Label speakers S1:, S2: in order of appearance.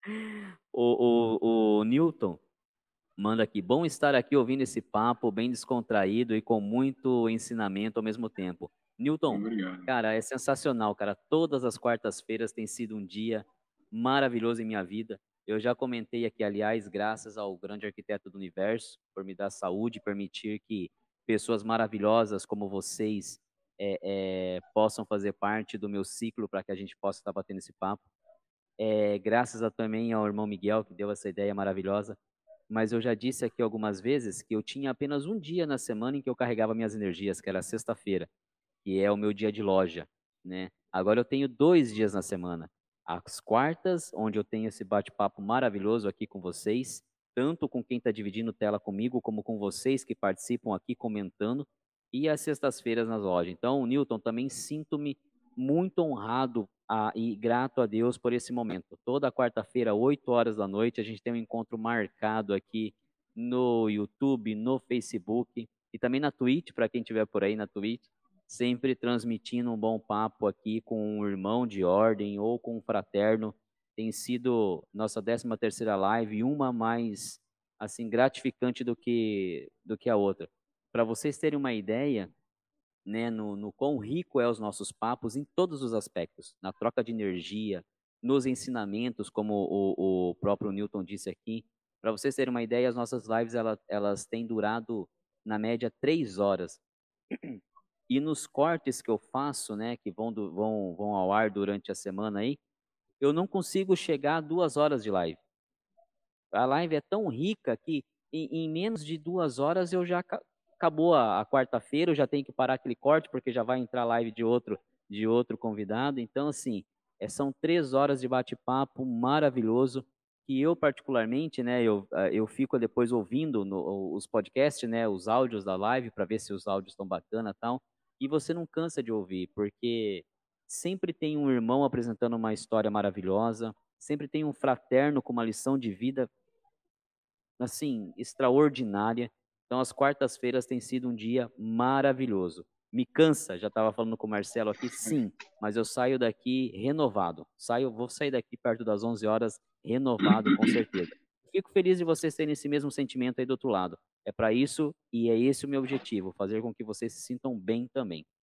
S1: O Newton manda aqui, bom estar aqui ouvindo esse papo bem descontraído e com muito ensinamento ao mesmo tempo. Newton,
S2: Obrigado.
S1: cara, é sensacional, cara. Todas as quartas-feiras tem sido um dia maravilhoso em minha vida. Eu já comentei aqui, aliás, graças ao grande arquiteto do universo por me dar saúde e permitir que pessoas maravilhosas como vocês possam fazer parte do meu ciclo para que a gente possa estar batendo esse papo. Graças também ao irmão Miguel, que deu essa ideia maravilhosa. Mas eu já disse aqui algumas vezes que eu tinha apenas um dia na semana em que eu carregava minhas energias, que era sexta-feira, que é o meu dia de loja, né? Agora eu tenho 2 dias na semana. As quartas, onde eu tenho esse bate-papo maravilhoso aqui com vocês, tanto com quem está dividindo tela comigo, como com vocês que participam aqui comentando, e as sextas-feiras nas lojas. Então, Newton, também sinto-me muito honrado e grato a Deus por esse momento. Toda quarta-feira, 8 horas da noite, a gente tem um encontro marcado aqui no YouTube, no Facebook e também na Twitch, para quem estiver por aí na Twitch, sempre transmitindo um bom papo aqui com um irmão de ordem ou com um fraterno. Tem sido nossa 13ª live, uma mais assim gratificante do que a outra. Para vocês terem uma ideia, né, no quão rico é os nossos papos em todos os aspectos, na troca de energia, nos ensinamentos, como o próprio Newton disse aqui. Para vocês terem uma ideia, as nossas lives elas têm durado, na média, 3 horas. E nos cortes que eu faço, né, que vão ao ar durante a semana aí, eu não consigo chegar a 2 horas de live. A live é tão rica que em menos de 2 horas eu já acabou a quarta-feira, eu já tenho que parar aquele corte, porque já vai entrar live de outro convidado. Então, assim, são 3 horas de bate-papo maravilhoso, que eu particularmente, né, eu fico depois ouvindo os podcasts, né, os áudios da live, para ver se os áudios estão bacana e tal, e você não cansa de ouvir, porque sempre tem um irmão apresentando uma história maravilhosa, sempre tem um fraterno com uma lição de vida assim, extraordinária. Então, as quartas-feiras têm sido um dia maravilhoso. Me cansa, já estava falando com o Marcelo aqui, sim, mas eu saio daqui renovado. Vou sair daqui perto das 11 horas renovado, com certeza. Fico feliz de vocês terem esse mesmo sentimento aí do outro lado. É para isso e é esse o meu objetivo, fazer com que vocês se sintam bem também.